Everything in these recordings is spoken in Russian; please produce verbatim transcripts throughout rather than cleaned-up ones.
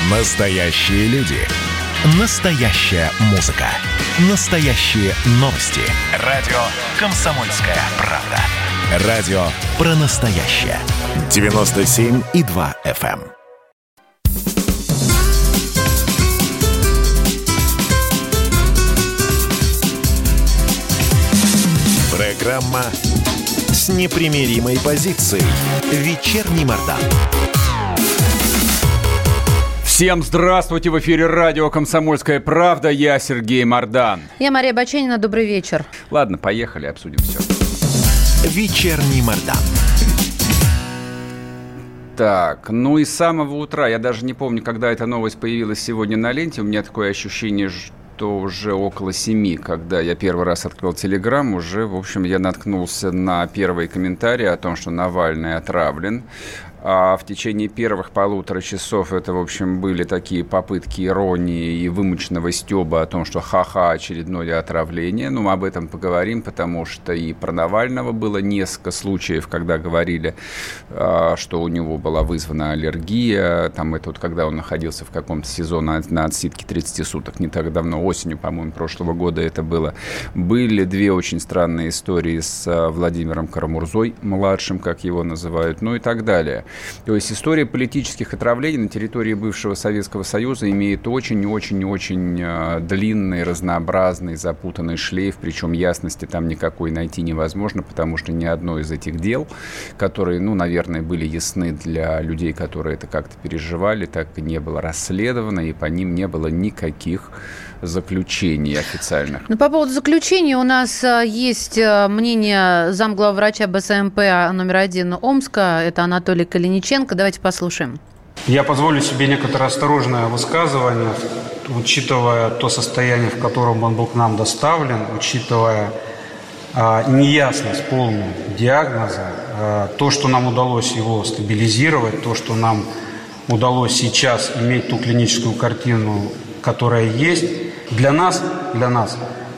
Настоящие люди. Настоящая музыка. Настоящие новости. Радио «Комсомольская правда». Радио про настоящее. девяносто семь и два эф эм. Программа с непримиримой позицией. Вечерний Мардан. Всем здравствуйте! В эфире радио «Комсомольская правда». Я Сергей Мардан. Я Мария Баченина. Добрый вечер. Ладно, поехали, обсудим все. Вечерний Мардан. Так, ну и с самого утра, я даже не помню, когда эта новость появилась сегодня на ленте, у меня такое ощущение, что уже около семи, когда я первый раз открыл Телеграм, уже, в общем, я наткнулся на первые комментарии о том, что Навальный отравлен. А в течение первых полутора часов это, в общем, были такие попытки иронии и вымученного стёба о том, что ха-ха, очередное отравление. Ну, мы об этом поговорим, потому что и про Навального было несколько случаев, когда говорили, что у него была вызвана аллергия. Там это вот когда он находился в каком-то сезоне на отсидке тридцать суток, не так давно, осенью, по-моему, прошлого года это было. Были две очень странные истории с Владимиром Карамурзой, младшим, как его называют, ну и так далее. То есть история политических отравлений на территории бывшего Советского Союза имеет очень-очень-очень длинный, разнообразный, запутанный шлейф, причем ясности там никакой найти невозможно, потому что ни одно из этих дел, которые, ну, наверное, были ясны для людей, которые это как-то переживали, так и не было расследовано, и по ним не было никаких заключений официальных. Ну, по поводу заключений у нас есть мнение замглавврача бэ эс эм пэ номер один Омска, это Анатолий Калиниченко. Давайте послушаем. Я позволю себе некоторое осторожное высказывание, учитывая то состояние, в котором он был к нам доставлен, учитывая а, неясность полную диагноза, а, то, что нам удалось его стабилизировать, то, что нам удалось сейчас иметь ту клиническую картину, которая есть, для нас, для нас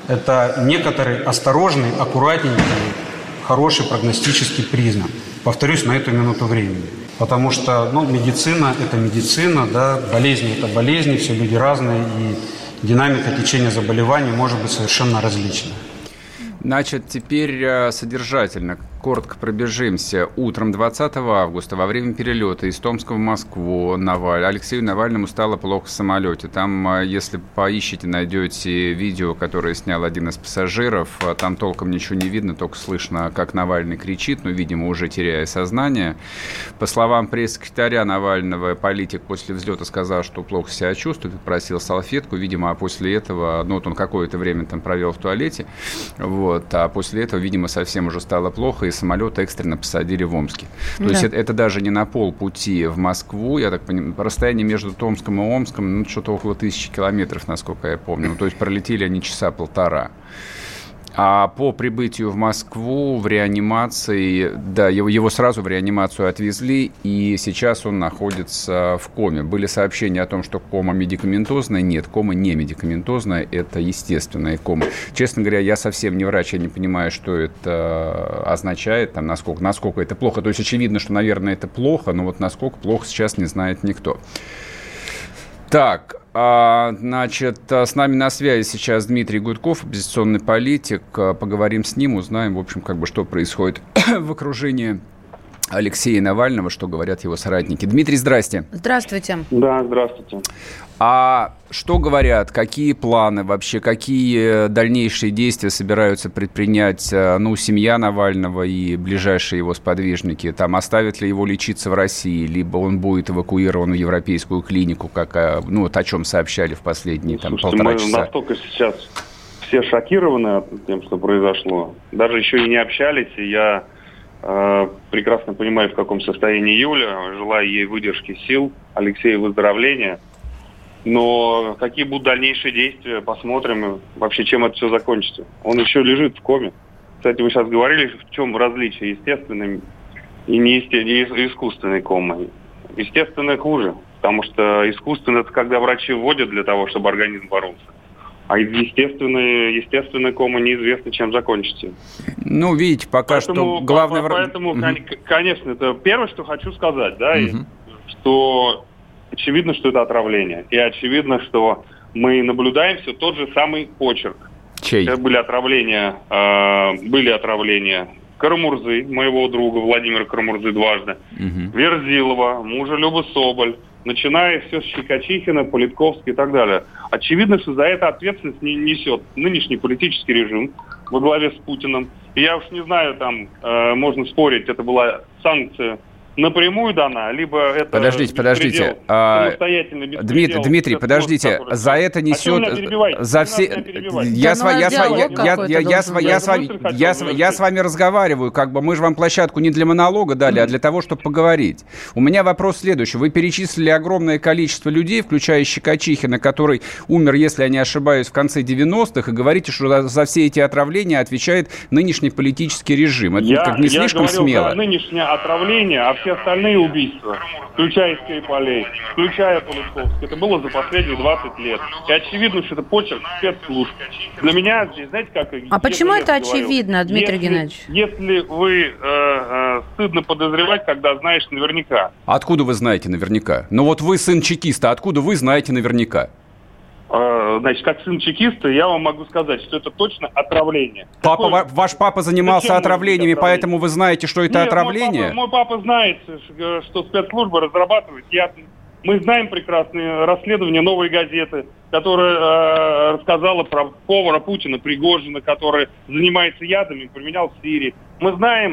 это некоторый осторожный, аккуратненький, хороший прогностический признак. Повторюсь, на эту минуту времени. Потому что, ну, медицина – это медицина, да, болезни – это болезни, все люди разные, и динамика течения заболеваний может быть совершенно различной. Значит, теперь содержательно, коротко пробежимся. Утром двадцатого августа во время перелета из Томска в Москву Наваль... Алексею Навальному стало плохо в самолете. Там, если поищите, найдете видео, которое снял один из пассажиров. Там толком ничего не видно, только слышно, как Навальный кричит, но, видимо, уже теряя сознание. По словам пресс-секретаря Навального, политик после взлета сказал, что плохо себя чувствует, попросил салфетку. Видимо, а после этого, ну, вот он какое-то время там провел в туалете, вот. Вот, а после этого, видимо, совсем уже стало плохо, и самолет экстренно посадили в Омске. То да. есть это, это даже не на полпути в Москву, я так понимаю, расстояние между Томском и Омском, ну, что-то около тысячи километров, насколько я помню. Ну, то есть пролетели они часа полтора. А по прибытию в Москву в реанимации, да, его, его сразу в реанимацию отвезли, и сейчас он находится в коме. Были сообщения о том, что кома медикаментозная. Нет, кома не медикаментозная, это естественная кома. Честно говоря, я совсем не врач, я не понимаю, что это означает, там, насколько, насколько это плохо. То есть очевидно, что, наверное, это плохо, но вот насколько плохо сейчас не знает никто. Так, а, значит, с нами на связи сейчас Дмитрий Гудков, оппозиционный политик. Поговорим с ним, узнаем, в общем, как бы, что происходит в окружении Алексея Навального, что говорят его соратники. Дмитрий, здрасте. Здравствуйте. Да, здравствуйте. А что говорят, какие планы вообще, какие дальнейшие действия собираются предпринять, ну, семья Навального и ближайшие его сподвижники? Там оставят ли его лечиться в России, либо он будет эвакуирован в европейскую клинику, как, ну, вот о чем сообщали в последние там, Слушайте, полтора мы часа? настолько сейчас все шокированы тем, что произошло. Даже еще и не общались, и я э, прекрасно понимаю, в каком состоянии Юля. Желаю ей выдержки сил, Алексею выздоровления. Но какие будут дальнейшие действия, посмотрим вообще, чем это все закончится. Он еще лежит в коме. Кстати, вы сейчас говорили, в чем различие естественной и неестественной, искусственной комы. Естественная хуже, потому что искусственная – это когда врачи вводят для того, чтобы организм боролся. А естественная, естественная кома неизвестно, чем закончится. Ну, видите, пока поэтому, что главное... Поэтому, угу. конечно, это первое, что хочу сказать, да, угу. что очевидно, что это отравление. И очевидно, что мы наблюдаем все тот же самый почерк. Чей? Были отравления, э, были отравления Карамурзы, моего друга Владимира Карамурзы дважды, угу. Верзилова, мужа Любы Соболь, начиная все с Щекочихина, Политковской и так далее. Очевидно, что за это ответственность не несет нынешний политический режим во главе с Путиным. И я уж не знаю, там э, можно спорить, это была санкция напрямую дана, либо это... Подождите, подождите. А, Дмитрий, Дмитрий, подождите. Который... За это несет... А за все... Я с вами... Я с вами разговариваю, как бы мы же вам площадку не для монолога дали, а для того, чтобы поговорить. У меня вопрос следующий. Вы перечислили огромное количество людей, включая Щекочихина, который умер, если я не ошибаюсь, в конце девяностых, и говорите, что за все эти отравления отвечает нынешний политический режим. Это я, как не слишком смело? Я говорил за нынешнее отравление, а все остальные убийства, включая Скрипалей, включая Политковский, это было за последние двадцать лет. И очевидно, что это почерк спецслужб. Для меня, знаете, как... А почему это очевидно, говорил, Дмитрий если, Геннадьевич? Если вы... Э, э, стыдно подозревать, когда знаешь наверняка. Откуда вы знаете наверняка? Ну вот вы сын чекиста, откуда вы знаете наверняка? Значит, как сын чекиста, я вам могу сказать, что это точно отравление. Папа, Какое... Ваш папа занимался Зачем отравлениями, поэтому вы знаете, что это Нет, отравление? Мой папа, мой папа знает, что спецслужбы разрабатывают яд. Мы знаем прекрасные расследования «Новой газеты», которая э, рассказала про повара Путина Пригожина, который занимается ядами и применял в Сирии. Мы знаем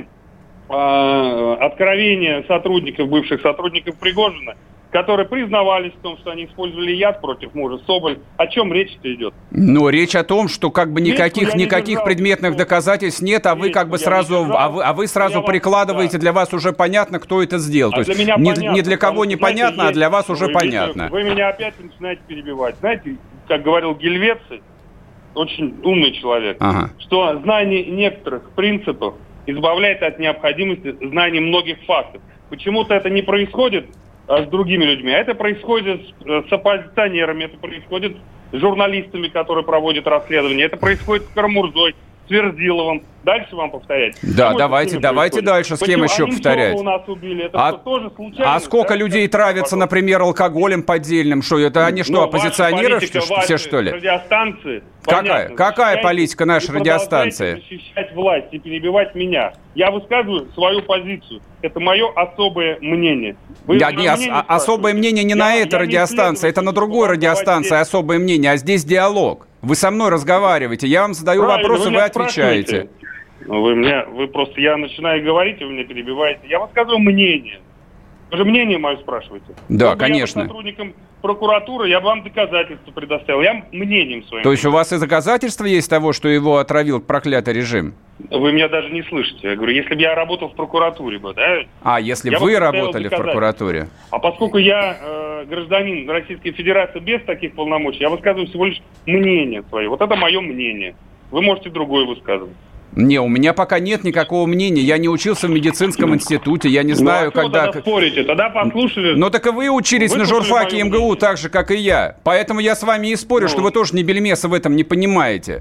э, откровения сотрудников, бывших сотрудников Пригожина, которые признавались в том, что они использовали яд против мужа Соболь. О чем речь-то идет? Ну, речь о том, что как бы никаких, никаких предметных доказательств нет, а вы как бы сразу, а вы, а вы сразу прикладываете, да. Для вас уже понятно, кто это сделал. А То есть для не, понятно, не для кого непонятно, есть, а для вас уже вы, понятно. Вы меня опять начинаете перебивать. Знаете, как говорил Гельвеций, очень умный человек, ага. что знание некоторых принципов избавляет от необходимости знания многих фактов. Почему-то это не происходит с другими людьми. А это происходит с оппозиционерами, это происходит с журналистами, которые проводят расследования, это происходит с Карамурзой, с Верзиловым. Дальше вам повторять. Да, Почему давайте, давайте дальше. С кем еще повторять? У нас убили. Это а, тоже случайно. А сколько да? людей травятся, например, алкоголем поддельным? Что это они что, ну, оппозиционеры что, все что ли? Радиостанции. Какая, какая политика нашей радиостанции? Защищать власть и перебивать меня. Я высказываю свою позицию. Это мое особое мнение. Вы я, не, мнение а, особое мнение не я, на этой радиостанции, это на другой радиостанции здесь. Особое мнение, а здесь диалог. Вы со мной разговариваете, я вам задаю Правильно, вопросы, вы, вы отвечаете. Вы мне, вы просто, я начинаю говорить, вы меня перебиваете. Я высказываю мнение. Вы же мнение мое спрашиваете. Да, вот конечно. Я бы сотрудником прокуратуры, я бы вам доказательства предоставил. Я мнением своим. То есть у вас и доказательства есть того, что его отравил проклятый режим? Вы меня даже не слышите. Я говорю, если бы я работал в прокуратуре бы, да? А, если вы работали в прокуратуре? А поскольку я э, гражданин Российской Федерации без таких полномочий, я высказываю всего лишь мнение свое. Вот это мое мнение. Вы можете другое высказывать. Не, у меня пока нет никакого мнения. Я не учился в медицинском институте, я не знаю, ну, а когда... Тогда спорите? Тогда послушали... Ну так и вы учились вы на журфаке эм гэ у так же, как и я. Поэтому я с вами и спорю, ну... что вы тоже ни бельмеса в этом не понимаете.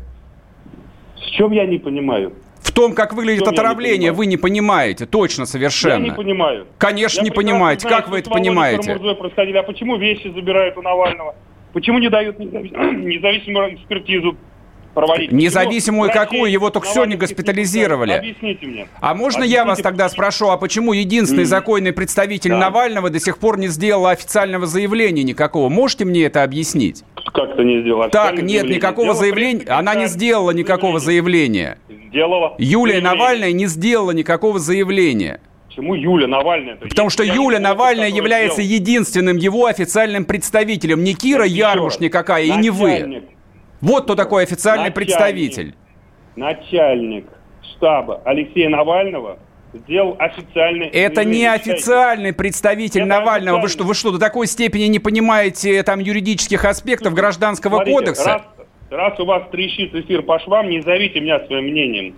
В чем я не понимаю? В том, как выглядит отравление, не вы не понимаете. Точно, совершенно. Я не понимаю. Конечно, я не понимаете. Знаю, как вы это понимаете? А почему вещи забирают у Навального? Почему не дают независимую экспертизу проводить? Независимую почему какую? Его только сегодня госпитализировали. Объясните мне. А можно Объясните, я вас тогда спрошу, а почему единственный mm. законный представитель да. Навального до сих пор не сделал официального заявления никакого? Можете мне это объяснить? Как это не сделала? Так, нет, никакого заявления. Она не сделала никакого заявления. Сделала. Юлия заявление. Навальная не сделала никакого заявления. Почему Юля Навальная? Потому что Юля Навальная является сделал. единственным его официальным представителем. Не Кира Ярмуш никакая и не вы. Вот кто такой официальный начальник, представитель. Начальник штаба Алексея Навального сделал официальный... Это не официальный представитель Это Навального. Вы что, вы что, до такой степени не понимаете там юридических аспектов Гражданского Смотрите, кодекса? Раз, раз у вас трещит эфир по швам, не зовите меня своим мнением.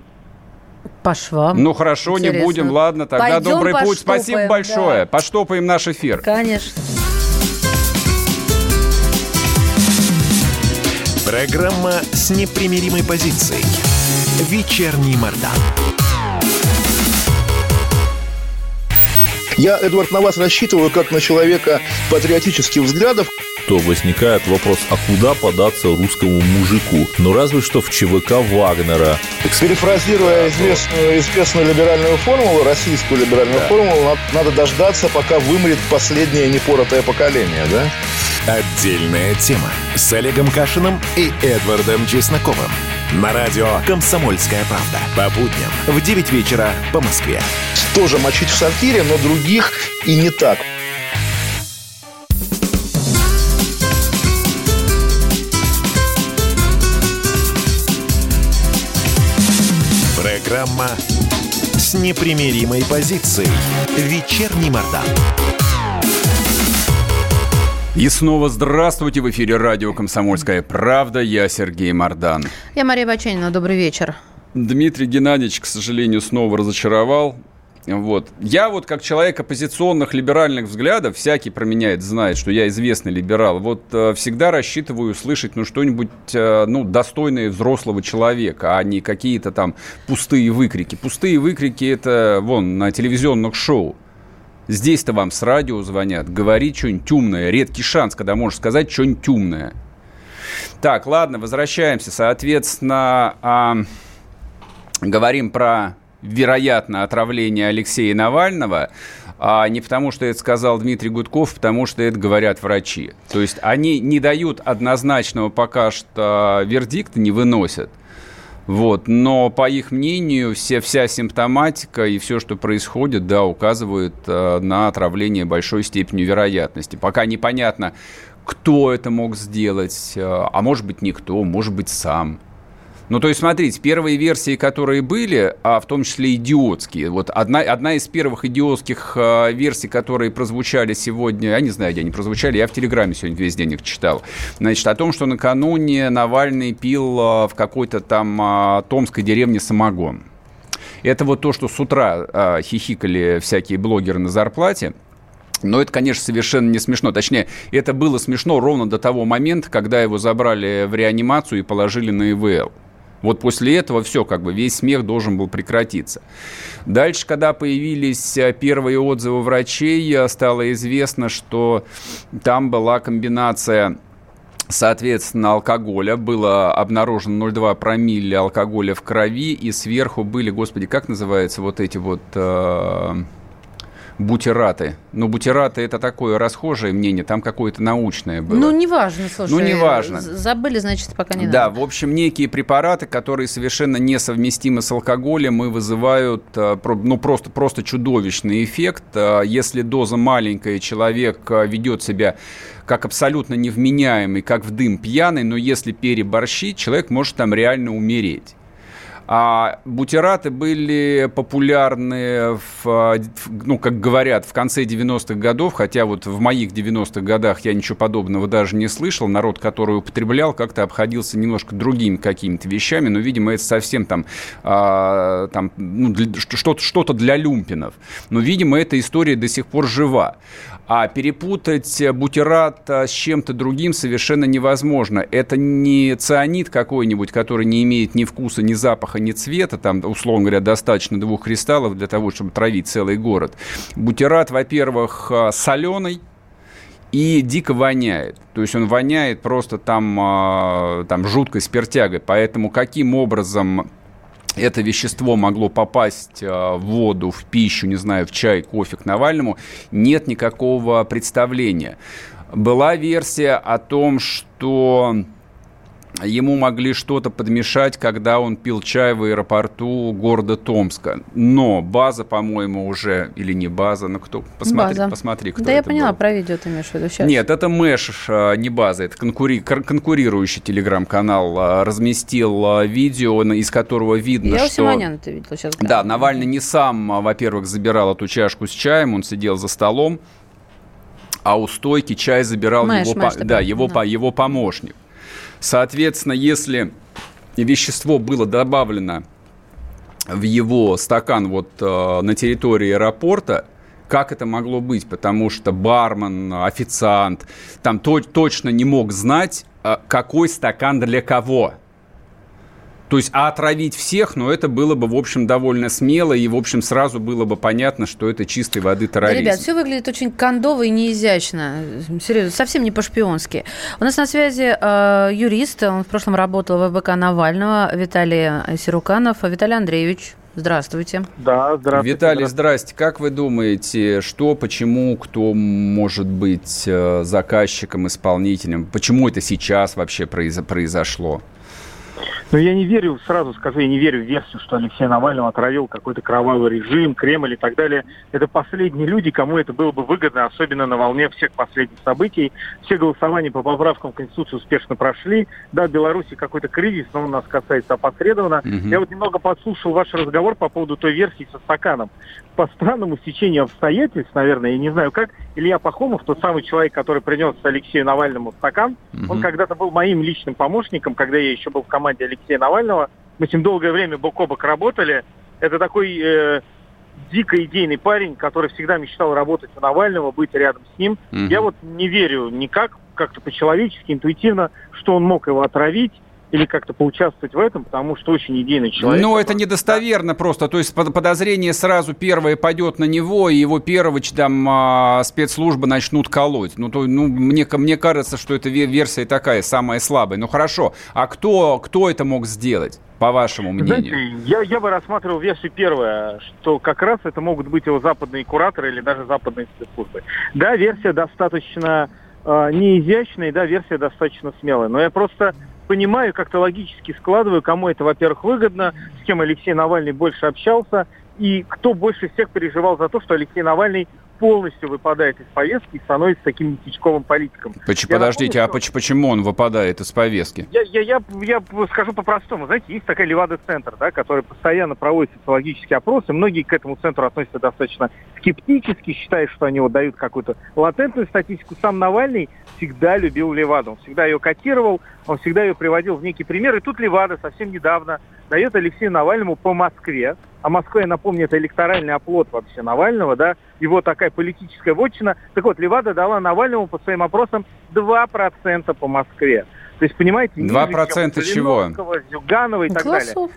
По швам. Ну хорошо, Интересно. не будем, ладно, тогда Пойдем добрый поштопаем, путь. Спасибо большое. Да. Поштопаем наш эфир. Конечно. Программа с непримиримой позицией. Вечерний Мардан. Я, Эдвард, на вас рассчитываю как на человека патриотических взглядов. То возникает вопрос, а куда податься русскому мужику? Ну, разве что в ЧВК Вагнера. Перефразируя известную, известную либеральную формулу, российскую либеральную да. формулу, надо, надо дождаться, пока вымрет последнее непоротое поколение, да? Отдельная тема с Олегом Кашиным и Эдвардом Чесноковым. На радио «Комсомольская правда». По будням в девять вечера по Москве. Тоже мочить в сортире, но других и не так. Программа с непримиримой позицией. Вечерний Мордан. И снова здравствуйте. В эфире радио «Комсомольская правда». Я Сергей Мордан. Я Мария Баченина. Добрый вечер. Дмитрий Геннадьевич, к сожалению, снова разочаровал. Вот. Я вот как человек оппозиционных либеральных взглядов, всякий про меня знает, что я известный либерал, вот э, всегда рассчитываю услышать ну, что-нибудь э, ну, достойное взрослого человека, а не какие-то там пустые выкрики. Пустые выкрики – это вон на телевизионных шоу. Здесь-то вам с радио звонят, говорить что-нибудь умное. Редкий шанс, когда можешь сказать что-нибудь умное. Так, ладно, возвращаемся. Соответственно, э, говорим про... вероятно, отравление Алексея Навального, а не потому, что это сказал Дмитрий Гудков, потому что это говорят врачи. То есть они не дают однозначного пока что вердикта, не выносят. Вот. Но, по их мнению, все, вся симптоматика и все, что происходит, да, указывает э, на отравление большой степенью вероятности. Пока непонятно, кто это мог сделать, э, а может быть, никто, может быть, сам. Ну, то есть, смотрите, первые версии, которые были, а в том числе идиотские, вот одна, одна из первых идиотских э, версий, которые прозвучали сегодня, я не знаю, где они прозвучали, я в Телеграме сегодня весь день их читал, значит, о том, что накануне Навальный пил э, в какой-то там э, томской деревне самогон. Это вот то, что с утра э, хихикали всякие блогеры на зарплате. Но это, конечно, совершенно не смешно. Точнее, это было смешно ровно до того момента, когда его забрали в реанимацию и положили на ИВЛ. Вот после этого все, как бы весь смех должен был прекратиться. Дальше, когда появились первые отзывы врачей, стало известно, что там была комбинация, соответственно, алкоголя. Было обнаружено ноль целых две десятых промилле алкоголя в крови, и сверху были, господи, как называются вот эти вот... Э- Бутираты. Ну, бутираты – это такое расхожее мнение, там какое-то научное было. Ну, неважно, слушай. Ну, неважно. Забыли, значит, пока не да, надо. Да, в общем, некие препараты, которые совершенно несовместимы с алкоголем и вызывают, ну, просто, просто чудовищный эффект. Если доза маленькая, человек ведет себя как абсолютно невменяемый, как в дым пьяный, но если переборщить, человек может там реально умереть. А бутираты были популярны, в, ну, как говорят, в конце девяностых годов, хотя вот в моих девяностых годах я ничего подобного даже не слышал. Народ, который употреблял, как-то обходился немножко другими какими-то вещами, но, видимо, это совсем там, а, там ну, для, что-то, что-то для люмпинов. Но, видимо, эта история до сих пор жива. А перепутать бутират с чем-то другим совершенно невозможно. Это не цианид какой-нибудь, который не имеет ни вкуса, ни запаха, ни цвета. Там, условно говоря, достаточно двух кристаллов для того, чтобы травить целый город. Бутират, во-первых, соленый и дико воняет. То есть он воняет просто там, там жуткой спиртягой. Поэтому каким образом... это вещество могло попасть в воду, в пищу, не знаю, в чай, кофе к Навальному, нет никакого представления. Была версия о том, что ему могли что-то подмешать, когда он пил чай в аэропорту города Томска. Но база, по-моему, уже... Или не база, ну кто? Посмотри, база. посмотри, кто да, это я поняла, был. Про видео ты имеешь в виду сейчас. Нет, это Мэш, не база, это конкури... конкурирующий телеграм-канал разместил видео, из которого видно, я что... Я у Симоняна ты видела сейчас. Да, Навальный не сам, во-первых, забирал эту чашку с чаем, он сидел за столом, а у стойки чай забирал Мэш, его, Мэш, по... да, его, да. по... его помощник. Соответственно, если вещество было добавлено в его стакан вот э, на территории аэропорта, как это могло быть? Потому что бармен, официант там то- точно не мог знать, э, какой стакан для кого. То есть, а отравить всех, ну, это было бы, в общем, довольно смело, и, в общем, сразу было бы понятно, что это чистой воды терроризм. Да, ребят, все выглядит очень кондово и неизящно. Серьезно, совсем не по-шпионски. У нас на связи э, юрист, он в прошлом работал в ВБК Навального, Виталий Сируканов. Виталий Андреевич, здравствуйте. Да, здравствуйте. Виталий, здрасте. Как вы думаете, что, почему, кто может быть э, заказчиком, исполнителем? Почему это сейчас вообще произ- произошло? Но я не верю, сразу скажу, я не верю в версию, что Алексей Навальный отравил какой-то кровавый режим, Кремль и так далее. Это последние люди, кому это было бы выгодно, особенно на волне всех последних событий. Все голосования по поправкам в Конституцию успешно прошли. Да, в Беларуси какой-то кризис, но он нас касается опосредованно. Угу. Я вот немного подслушал ваш разговор по поводу той версии со стаканом. По странному стечению обстоятельств, наверное, я не знаю как, Илья Пахомов, тот самый человек, который принес Алексею Навальному стакан, угу. он когда-то был моим личным помощником, когда я еще был в команде Алексея Навального. Мы с ним долгое время бок о бок работали. Это такой э, дико идейный парень, который всегда мечтал работать у Навального, быть рядом с ним. Угу. Я вот не верю никак, как-то по-человечески, интуитивно, что он мог его отравить или как-то поучаствовать в этом, потому что очень идейный человек. Ну, это недостоверно просто. То есть подозрение сразу первое пойдет на него, и его первого там спецслужбы начнут колоть. Ну, то, ну мне, мне кажется, что эта версия такая, самая слабая. Ну, хорошо. А кто, кто это мог сделать, по вашему мнению? Знаете, я, я бы рассматривал версию первая, что как раз это могут быть его западные кураторы или даже западные спецслужбы. Да, версия достаточно э, неизящная, да, версия достаточно смелая. Но я просто понимаю, как-то логически складываю, кому это, во-первых, выгодно, с кем Алексей Навальный больше общался, и кто больше всех переживал за то, что Алексей Навальный полностью выпадает из повестки и становится таким местечковым политиком. Поч- подождите, напомню, а что... почему он выпадает из повестки? Я, я, я, я скажу по-простому. Знаете, есть такая Левада-центр, да, который постоянно проводит социологические опросы. Многие к этому центру относятся достаточно скептически, считают, что они вот дают какую-то латентную статистику. Сам Навальный всегда любил Леваду. Он всегда ее котировал, он всегда ее приводил в некий пример. И тут Левада совсем недавно дает Алексею Навальному по Москве. А Москва, я напомню, это электоральный оплот вообще Навального, да, его такая политическая вотчина. Так вот, Левада дала Навальному по своим опросам два процента по Москве. То есть, понимаете, два процента чего? Зюганова и так Голосов. далее.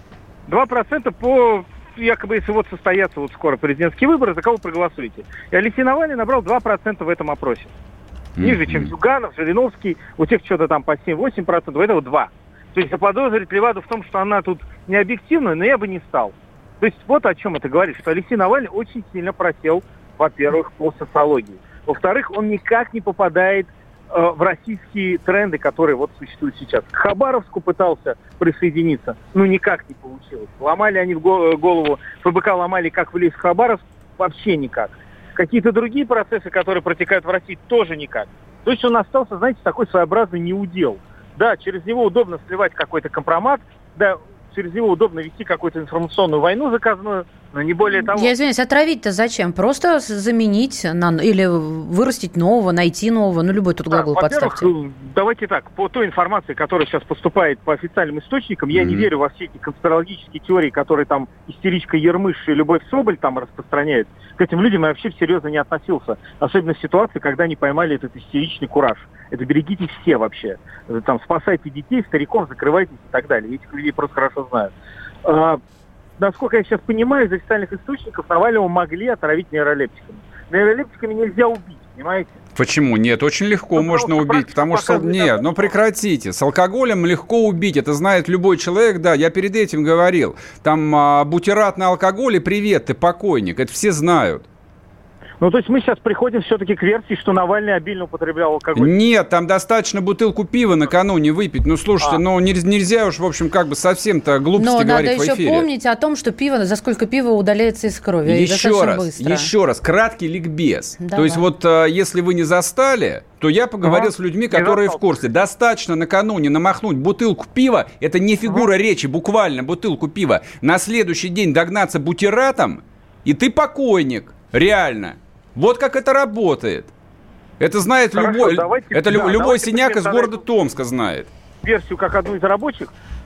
два процента по, якобы, если вот состоятся вот скоро президентские выборы, за кого проголосуете. И Алексей Навальный набрал два процента в этом опросе. Ниже, mm-hmm. чем Зюганов, Жириновский, у тех что-то там по семь-восемь процентов, у этого два. То есть заподозрить Леваду в том, что она тут не объективная, но я бы не стал. То есть вот о чем это говорит, что Алексей Навальный очень сильно просел, во-первых, по социологии. Во-вторых, он никак не попадает э, в российские тренды, которые вот существуют сейчас. К Хабаровску пытался присоединиться, но никак не получилось. Ломали они в голову, ФБК ломали, как влезть в Хабаровск, вообще никак. Какие-то другие процессы, которые протекают в России, тоже никак. То есть он остался, знаете, такой своеобразный неудел. Да, через него удобно сливать какой-то компромат, да, через него удобно вести какую-то информационную войну заказную, но не более того. Я извиняюсь, отравить-то зачем? Просто заменить на... или вырастить нового, найти нового, ну любой тут глагол да, подставьте. Давайте так, по той информации, которая сейчас поступает по официальным источникам, mm-hmm. я не верю во все эти конспирологические теории, которые там истеричка Ермыш и Любовь Соболь там распространяют. К этим людям я вообще серьезно не относился. Особенно в ситуации, когда они поймали этот истеричный кураж. Это берегите все вообще. Там спасайте детей, стариков, закрывайтесь и так далее. Я этих людей просто хорошо знаю. А, насколько я сейчас понимаю, из официальных источников Навального могли отравить нейролептиками. Нейролептиками нельзя убить, понимаете? Почему? Нет, очень легко ну, можно убить, потому что... Нет, ну прекратите. С алкоголем легко убить, это знает любой человек, да, я перед этим говорил. Там а, бутират на алкоголе, привет, ты покойник, это все знают. Ну, то есть мы сейчас приходим все-таки к версии, что Навальный обильно употреблял алкоголь. Нет, там достаточно бутылку пива накануне выпить. Ну, слушайте, а. ну нельзя уж, в общем, как бы совсем-то глупости Но говорить в эфире. Но надо еще помнить о том, что пиво, за сколько пива удаляется из крови. Еще раз, быстро. еще раз, краткий ликбез. Давай. То есть вот если вы не застали, то я поговорил ага. с людьми, которые в курсе. Достаточно накануне намахнуть бутылку пива, это не фигура ага. речи, буквально бутылку пива. На следующий день догнаться бутиратом, и ты покойник, реально. Вот как это работает. Это знает Хорошо, любой, давайте, это да, любой синяк из города Томска знает. Версию как одну из рабочих.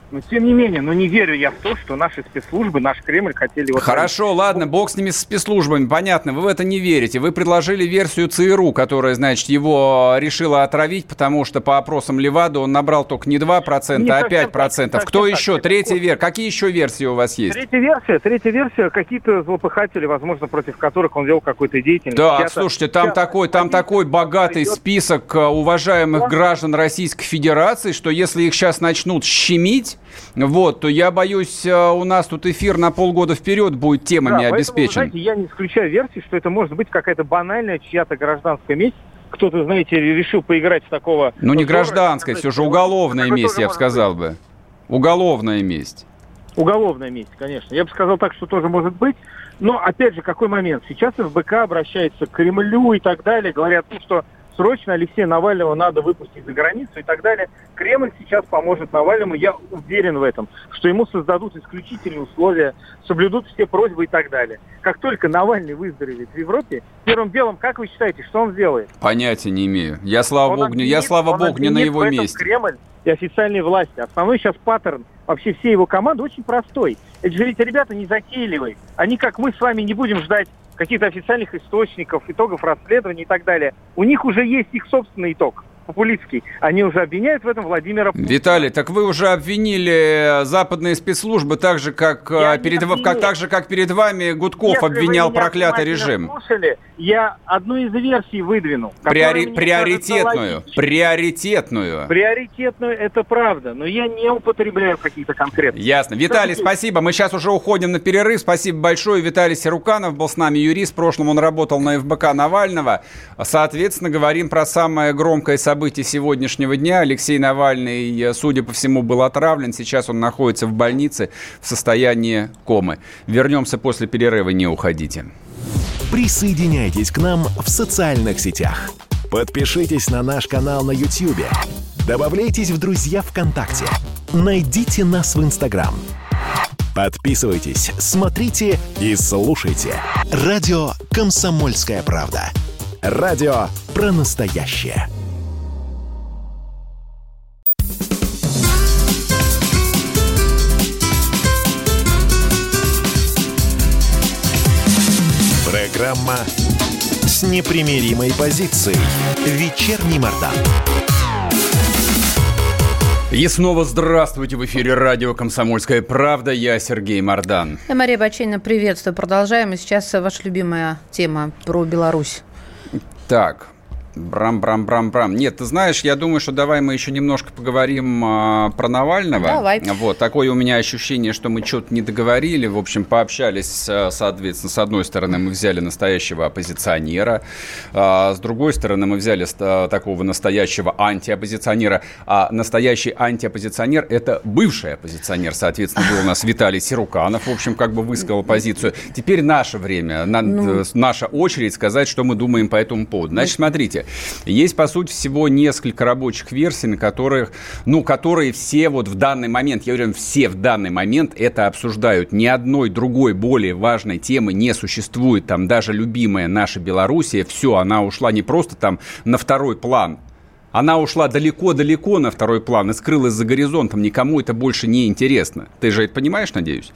Но тем не менее, ну не верю я в то, что наши спецслужбы, наш Кремль хотели... Вот Хорошо, отравить. ладно, бог с ними, с спецслужбами, понятно, вы в это не верите. Вы предложили версию ЦРУ, которая, значит, его решила отравить, потому что по опросам Левада он набрал только не два процента, не а пять процентов. Так, Кто так, еще? Так, Третья версия. Какие еще версии у вас есть? Третья версия, третья версия, какие-то злопыхатели, возможно, против которых он вел какую-то деятельность. Так, Я-то... слушайте, там, такой, там такой богатый идет... список уважаемых да. граждан Российской Федерации, что если их сейчас начнут щемить, вот, то я боюсь, у нас тут эфир на полгода вперед будет темами да, обеспечен. Поэтому, знаете, я не исключаю версии, что это может быть какая-то банальная чья-то гражданская месть. Кто-то, знаете, решил поиграть в такого... Ну, не гражданская, все же уголовная месть, я бы сказал быть. бы. Уголовная месть. Уголовная месть, конечно. Я бы сказал так, что тоже может быть. Но, опять же, какой момент? Сейчас ФБК обращается к Кремлю и так далее. Говорят, ну, что срочно Алексея Навального надо выпустить за границу и так далее. Кремль сейчас поможет Навальному. Я уверен в этом, что ему создадут исключительные условия, соблюдут все просьбы и так далее. Как только Навальный выздоровеет в Европе, первым делом, как вы считаете, что он сделает? Понятия не имею. Я, слава он богу, обвинит, я, слава богу, не на его месте. Кремль и официальные власти. Основной сейчас паттерн вообще всей его команды очень простой. Это же ведь ребята не затейливые. Они, как мы с вами, не будем ждать каких-то официальных источников, итогов расследований и так далее. У них уже есть их собственный итог, популистский. Они уже обвиняют в этом Владимира Путина. Виталий, так вы уже обвинили западные спецслужбы так же, как, перед, как, так же, как перед вами Гудков Если обвинял проклятый режим. Слушали, я одну из версий выдвинул. Приори- приоритетную. Кажется, приоритетную. Приоритетную, это правда, но я не употребляю какие-то конкретные. Ясно. Виталий, Кстати, спасибо. Мы сейчас уже уходим на перерыв. Спасибо большое. Виталий Сируканов был с нами, юрист. В прошлом он работал на эф бэ ка Навального. Соответственно, говорим про самое громкое событие сегодняшнего дня. Алексей Навальный, судя по всему, был отравлен. Сейчас он находится в больнице в состоянии комы. Вернемся после перерыва. Не уходите. Присоединяйтесь к нам в социальных сетях. Подпишитесь на наш канал на YouTube. Добавляйтесь в друзья ВКонтакте. Найдите нас в Инстаграм. Подписывайтесь, смотрите и слушайте. Радио «Комсомольская правда». Радио про настоящее. Программа с непримиримой позицией. Вечерний Мардан. И снова здравствуйте. В эфире радио «Комсомольская правда». Я Сергей Мардан. Я Мария Баченина. Приветствую. Продолжаем. И сейчас ваша любимая тема про Беларусь. Так. Брам-брам-брам-брам. Нет, ты знаешь, я думаю, что давай мы еще немножко поговорим а, про Навального. Давай. Вот, такое у меня ощущение, что мы что-то не договорили. В общем, пообщались, соответственно, с одной стороны, мы взяли настоящего оппозиционера, а, с другой стороны, мы взяли а, такого настоящего антиоппозиционера. А настоящий антиоппозиционер – это бывший оппозиционер, соответственно, был у нас Виталий Сируканов, в общем, как бы высказал позицию. Теперь наше время, на, ну... наша очередь сказать, что мы думаем по этому поводу. Значит, смотрите. Есть, по сути, всего несколько рабочих версий, на которых, ну, которые все вот в данный момент, я уверен, все в данный момент это обсуждают. Ни одной другой более важной темы не существует. Там даже любимая наша Белоруссия, все, она ушла не просто там на второй план. Она ушла далеко-далеко на второй план и скрылась за горизонтом. Никому это больше не интересно. Ты же это понимаешь, надеюсь?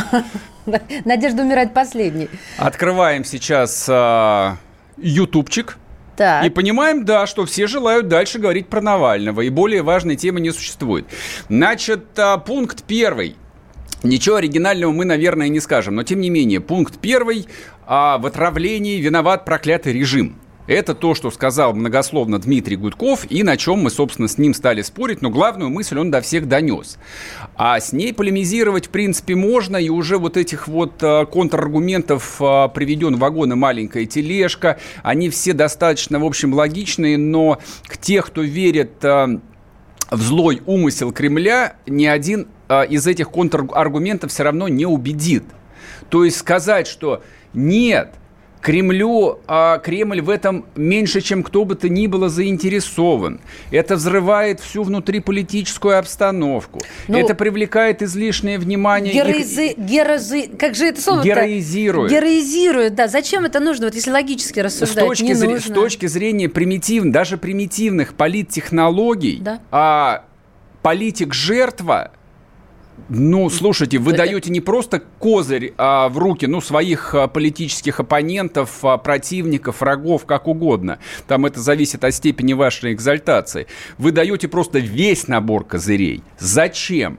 Надежда умирает последней. Открываем сейчас э, ютубчик. Так. И понимаем, да, что все желают дальше говорить про Навального, и более важной темы не существует. Значит, пункт первый. Ничего оригинального мы, наверное, не скажем, но тем не менее, пункт первый. В отравлении виноват проклятый режим. Это то, что сказал многословно Дмитрий Гудков, и на чем мы, собственно, с ним стали спорить, но главную мысль он до всех донес. А с ней полемизировать, в принципе, можно, и уже вот этих вот а, контраргументов а, приведен вагон и маленькая тележка, они все достаточно, в общем, логичные, но к тех, кто верит а, в злой умысел Кремля, ни один а, из этих контраргументов все равно не убедит. То есть сказать, что нет, Кремлю, а Кремль в этом меньше, чем кто бы то ни было заинтересован. Это взрывает всю внутриполитическую обстановку. Ну, это привлекает излишнее внимание. Героизи... Их... Герози... Как же это слово-то? Героизирует. Героизирует, да. Зачем это нужно? Вот если логически рассуждать, с точки не зр... нужно. С точки зрения примитивных, даже примитивных политтехнологий, да. а политик-жертва Ну, слушайте, вы это... даете не просто козырь а, в руки, ну, своих а, политических оппонентов, а, противников, врагов, как угодно. Там это зависит от степени вашей экзальтации. Вы даете просто весь набор козырей. Зачем?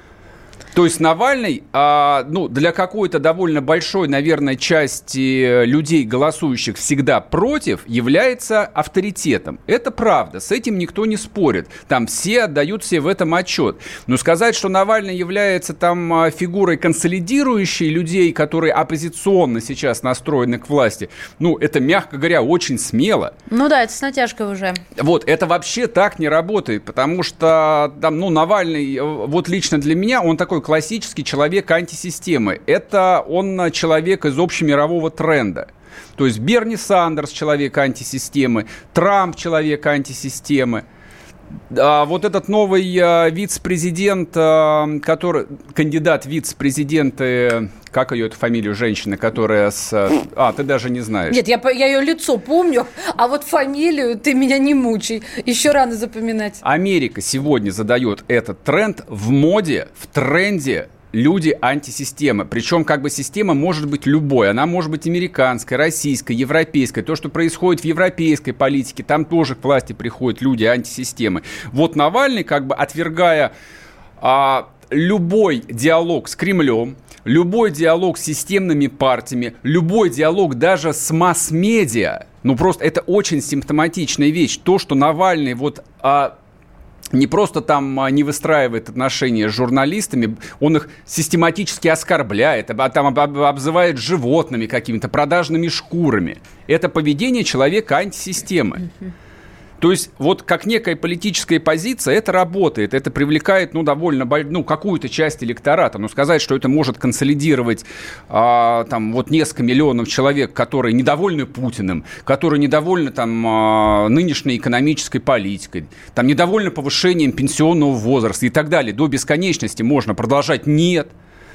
То есть Навальный, а, ну, для какой-то довольно большой, наверное, части людей, голосующих всегда против, является авторитетом. Это правда, с этим никто не спорит. Там все отдают себе в этом отчет. Но сказать, что Навальный является там фигурой консолидирующей людей, которые оппозиционно сейчас настроены к власти, ну, это, мягко говоря, очень смело. Ну да, это с натяжкой уже. Вот, это вообще так не работает, потому что там, ну, Навальный, вот лично для меня, он такой классический человек антисистемы. Это он человек из общемирового тренда. То есть Берни Сандерс человек антисистемы, Трамп человек антисистемы. А вот этот новый а, вице-президент, а, который, кандидат в вице-президенты, как ее эту фамилию женщины, которая с... А, ты даже не знаешь. Нет, я, я ее лицо помню, а вот фамилию ты меня не мучай. Еще рано запоминать. Америка сегодня задает этот тренд в моде, в тренде. Люди антисистемы. Причем как бы система может быть любой. Она может быть американской, российской, европейской. То, что происходит в европейской политике, там тоже к власти приходят люди антисистемы. Вот Навальный, как бы отвергая а, любой диалог с Кремлем, любой диалог с системными партиями, любой диалог даже с масс-медиа, ну просто это очень симптоматичная вещь. То, что Навальный вот... А, не просто там не выстраивает отношения с журналистами, он их систематически оскорбляет, там обзывает животными какими-то, продажными шкурами. Это поведение человека антисистемы. То есть вот как некая политическая позиция это работает, это привлекает ну, довольно ну, какую-то часть электората. Но сказать, что это может консолидировать а, там, вот несколько миллионов человек, которые недовольны Путиным, которые недовольны там, а, нынешней экономической политикой, там, недовольны повышением пенсионного возраста и так далее, до бесконечности можно продолжать, нет.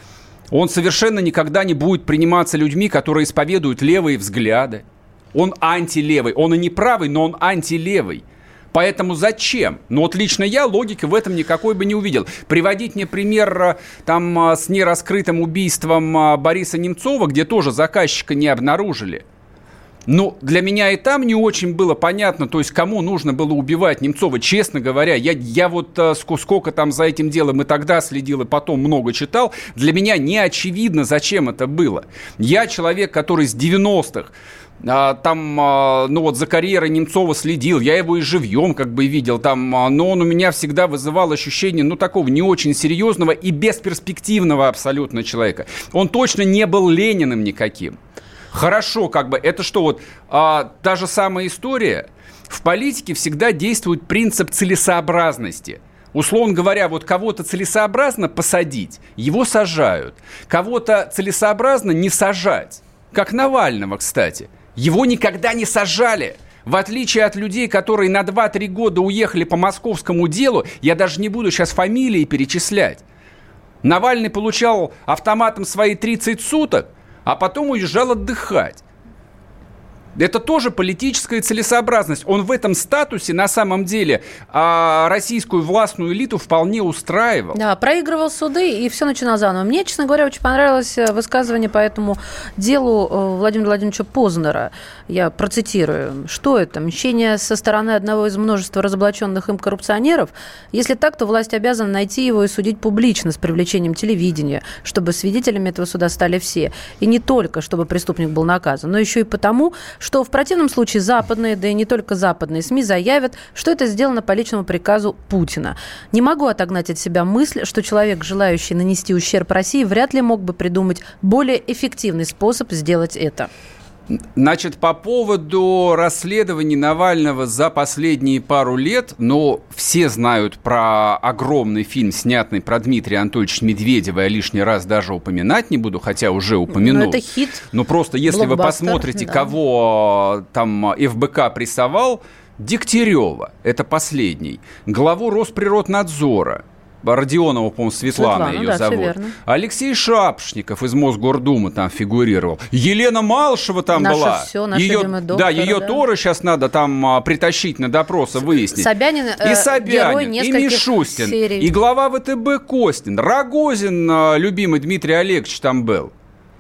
Он совершенно никогда не будет приниматься людьми, которые исповедуют левые взгляды. Он антилевый. Он и не правый, но он антилевый. Поэтому зачем? Ну вот лично я логики в этом никакой бы не увидел. Приводить мне пример там, с нераскрытым убийством Бориса Немцова, где тоже заказчика не обнаружили. Ну, для меня и там не очень было понятно, то есть кому нужно было убивать Немцова. Честно говоря, я, я вот а, сколько там за этим делом и тогда следил, и потом много читал, для меня не очевидно, зачем это было. Я человек, который с девяностых А, там, а, ну вот за карьерой Немцова следил, я его и живьем как бы видел там, а, но он у меня всегда вызывал ощущение, ну, такого не очень серьезного и бесперспективного абсолютно человека. Он точно не был Лениным никаким. Хорошо, как бы, это что вот, а, та же самая история, в политике всегда действует принцип целесообразности. Условно говоря, вот кого-то целесообразно посадить, его сажают, кого-то целесообразно не сажать, как Навального, кстати. Его никогда не сажали. В отличие от людей, которые на два-три года уехали по московскому делу, я даже не буду сейчас фамилии перечислять. Навальный получал автоматом свои тридцать суток, а потом уезжал отдыхать. Это тоже политическая целесообразность. Он в этом статусе на самом деле а, российскую властную элиту вполне устраивал. Да, проигрывал суды и все начинал заново. Мне, честно говоря, очень понравилось высказывание по этому делу Владимира Владимировича Познера. Я процитирую. Что это? Мщение со стороны одного из множества разоблаченных им коррупционеров? Если так, то власть обязана найти его и судить публично с привлечением телевидения, чтобы свидетелями этого суда стали все. И не только, чтобы преступник был наказан, но еще и потому, что в противном случае западные, да и не только западные СМИ заявят, что это сделано по личному приказу Путина. Не могу отогнать от себя мысль, что человек, желающий нанести ущерб России, вряд ли мог бы придумать более эффективный способ сделать это. Значит, по поводу расследований Навального за последние пару лет, но все знают про огромный фильм, снятый про Дмитрия Анатольевича Медведева, я лишний раз даже упоминать не буду, хотя уже упомянул. Но это хит. Но просто если вы посмотрите, да, кого там эф бэ ка прессовал, Дегтярева, это последний, главу Росприроднадзора, Родионова, по-моему, Светлана, Светлана, ее да, зовут. все верно. Алексей Шапошников из Мосгордумы там фигурировал. Елена Малышева там Наше была. все, наш ее, любимый доктор, да, ее да. тоже сейчас надо там а, притащить на допрос и выяснить. Собянин, э, и Собянин, герой и нескольких Мишустин, серий. и глава ВТБ Костин, Рогозин, а, любимый Дмитрий Олегович там был.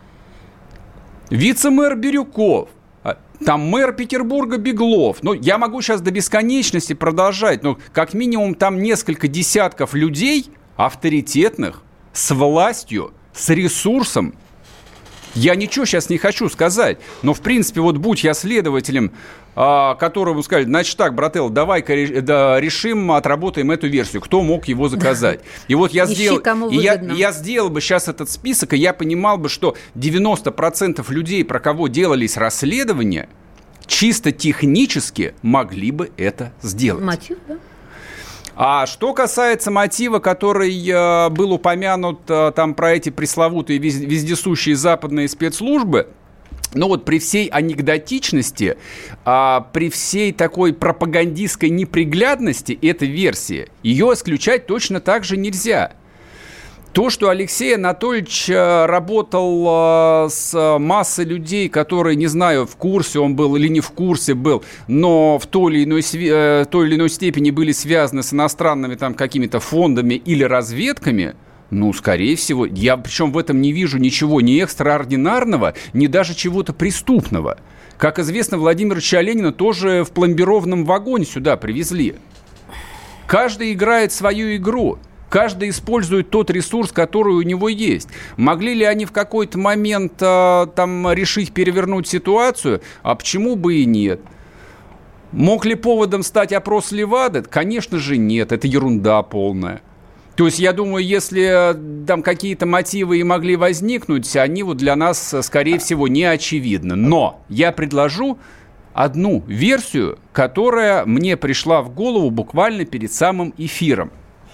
Вице-мэр Бирюков. Там мэр Петербурга Беглов. Ну, я могу сейчас до бесконечности продолжать, но как минимум там несколько десятков людей авторитетных, с властью, с ресурсом. Я ничего сейчас не хочу сказать, но, в принципе, вот будь я следователем, а, которому сказали, значит так, брателло, давай-ка да, решим, отработаем эту версию. Кто мог его заказать? И вот я, сделал, и я, я сделал бы сейчас этот список, и я понимал бы, что девяносто процентов людей, про кого делались расследования, чисто технически могли бы это сделать. Мотив, да? А что касается мотива, который э, был упомянут э, там про эти пресловутые вез, вездесущие западные спецслужбы, ну вот при всей анекдотичности, э, при всей такой пропагандистской неприглядности этой версии, ее исключать точно так же нельзя. То, что Алексей Анатольевич работал с массой людей, которые, не знаю, в курсе он был или не в курсе был, но в той или иной, той или иной степени были связаны с иностранными там какими-то фондами или разведками, ну, скорее всего, я причем в этом не вижу ничего ни экстраординарного, ни даже чего-то преступного. Как известно, Владимира Ильича тоже в пломбированном вагоне сюда привезли. Каждый играет свою игру. Каждый использует тот ресурс, который у него есть. Могли ли они в какой-то момент а, там решить перевернуть ситуацию? А почему бы и нет? Мог ли поводом стать опрос Левады? Конечно же нет, это ерунда полная. То есть, я думаю, если там какие-то мотивы и могли возникнуть, они вот для нас, скорее всего, не очевидны. Но я предложу одну версию, которая мне пришла в голову буквально перед самым эфиром.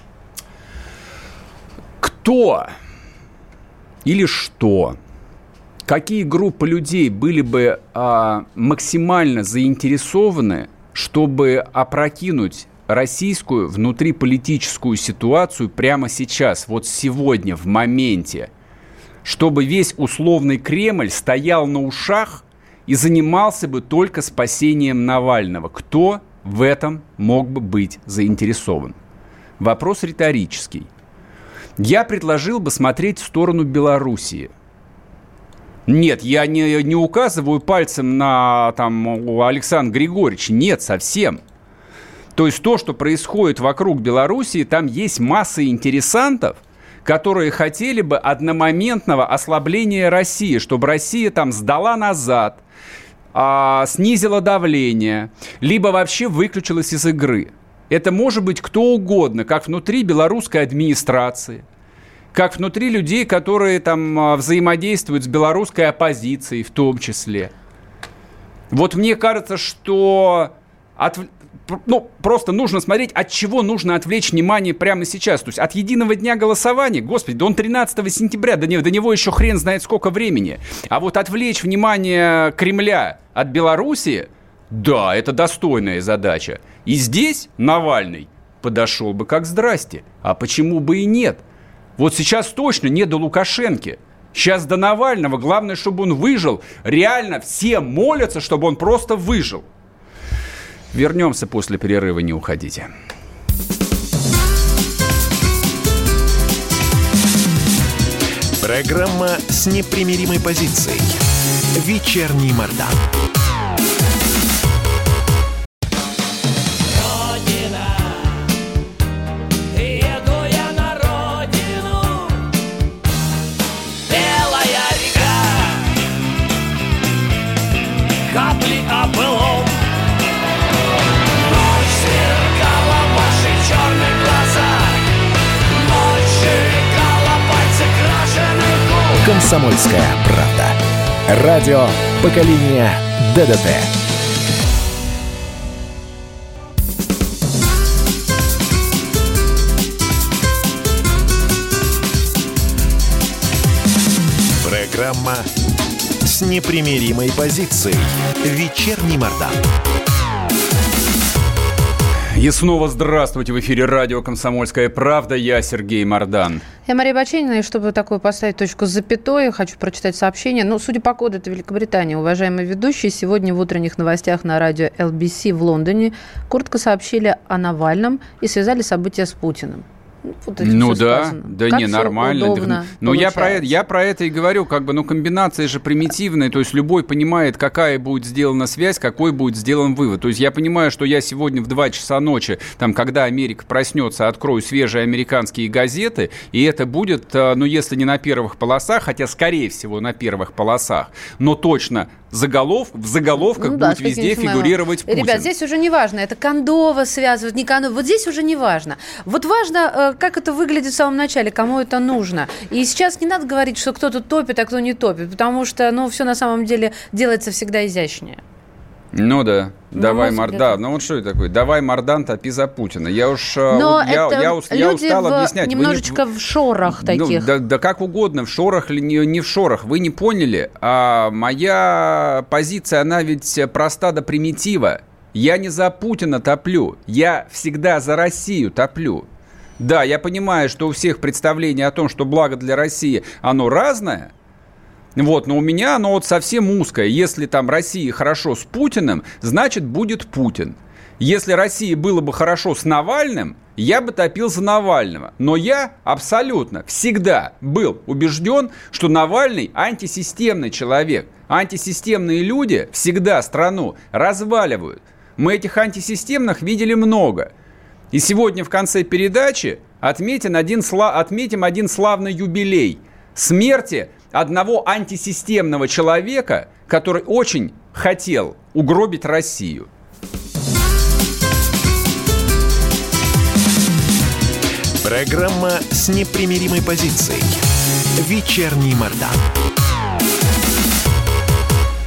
Кто или что, какие группы людей были бы а, максимально заинтересованы, чтобы опрокинуть российскую внутриполитическую ситуацию прямо сейчас, вот сегодня, в моменте, чтобы весь условный Кремль стоял на ушах и занимался бы только спасением Навального? Кто в этом мог бы быть заинтересован? Вопрос риторический. Я предложил бы смотреть в сторону Белоруссии. Нет, я не, не указываю пальцем на там, Александра Григорьевича. Нет, совсем. То есть то, что происходит вокруг Белоруссии, там есть масса интересантов, которые хотели бы одномоментного ослабления России, чтобы Россия там сдала назад, а, снизила давление, либо вообще выключилась из игры. Это может быть кто угодно, как внутри белорусской администрации, как внутри людей, которые там взаимодействуют с белорусской оппозицией в том числе. Вот мне кажется, что от, ну, просто нужно смотреть, от чего нужно отвлечь внимание прямо сейчас. То есть от единого дня голосования, господи, да он тринадцатого сентября, до него, до него еще хрен знает сколько времени. А вот отвлечь внимание Кремля от Белоруссии, да, это достойная задача. И здесь Навальный подошел бы как здрасте. А почему бы и нет? Вот сейчас точно не до Лукашенки. Сейчас до Навального. Главное, чтобы он выжил. Реально все молятся, чтобы он просто выжил. Вернемся после перерыва, не уходите. Программа с непримиримой позицией. Вечерний Мордан. «Комсомольская правда». Радио поколения ДДТ. Программа с непримиримой позицией. Вечерний Мордан. И снова здравствуйте. В эфире радио «Комсомольская правда». Я Сергей Мордан. Я Мария Баченина. И чтобы такое поставить точку с запятой, хочу прочитать сообщение. Ну, судя по коду, это Великобритания. Уважаемые ведущие, сегодня в утренних новостях на радио эл би си в Лондоне коротко сообщили о Навальном и связали события с Путиным. Вот ну да, сказано. да как не, нормально. Но я про, это, я про это и говорю, как бы, ну, комбинация же примитивная, то есть любой понимает, какая будет сделана связь, какой будет сделан вывод. То есть я понимаю, что я сегодня в два часа ночи, там, когда Америка проснется, открою свежие американские газеты, и это будет, ну, если не на первых полосах, хотя, скорее всего, на первых полосах, но точно заголов, в заголовках ну, будет да, везде фигурировать Путин. Ребят, здесь уже не важно, это Кондова связывает, не Кондова. Вот здесь уже не важно. Вот важно, как это выглядит в самом начале, кому это нужно. И сейчас не надо говорить, что кто-то топит, а кто не топит, потому что, ну, все на самом деле делается всегда изящнее. Ну да, ну, давай Мардан. Ну вот что это такое? Давай Мардан, топи за Путина. Я уж Но вот, я, я, я, я устал в, объяснять. Немножечко не, в шорах таких. Ну, да, да как угодно, в шорах или не, не в шорах. Вы не поняли. А моя позиция, она ведь проста до примитива. Я не за Путина топлю. Я всегда за Россию топлю. Да, я понимаю, что у всех представление о том, что благо для России, оно разное. Вот, но у меня оно вот совсем узкое. Если там России хорошо с Путиным, значит, будет Путин. Если России было бы хорошо с Навальным, я бы топил за Навального. Но я абсолютно всегда был убежден, что Навальный антисистемный человек. Антисистемные люди всегда страну разваливают. Мы этих антисистемных видели много. И сегодня в конце передачи отметим один, отметим один славный юбилей смерти одного антисистемного человека, который очень хотел угробить Россию. Программа с непримиримой позицией. Вечерний Мордан.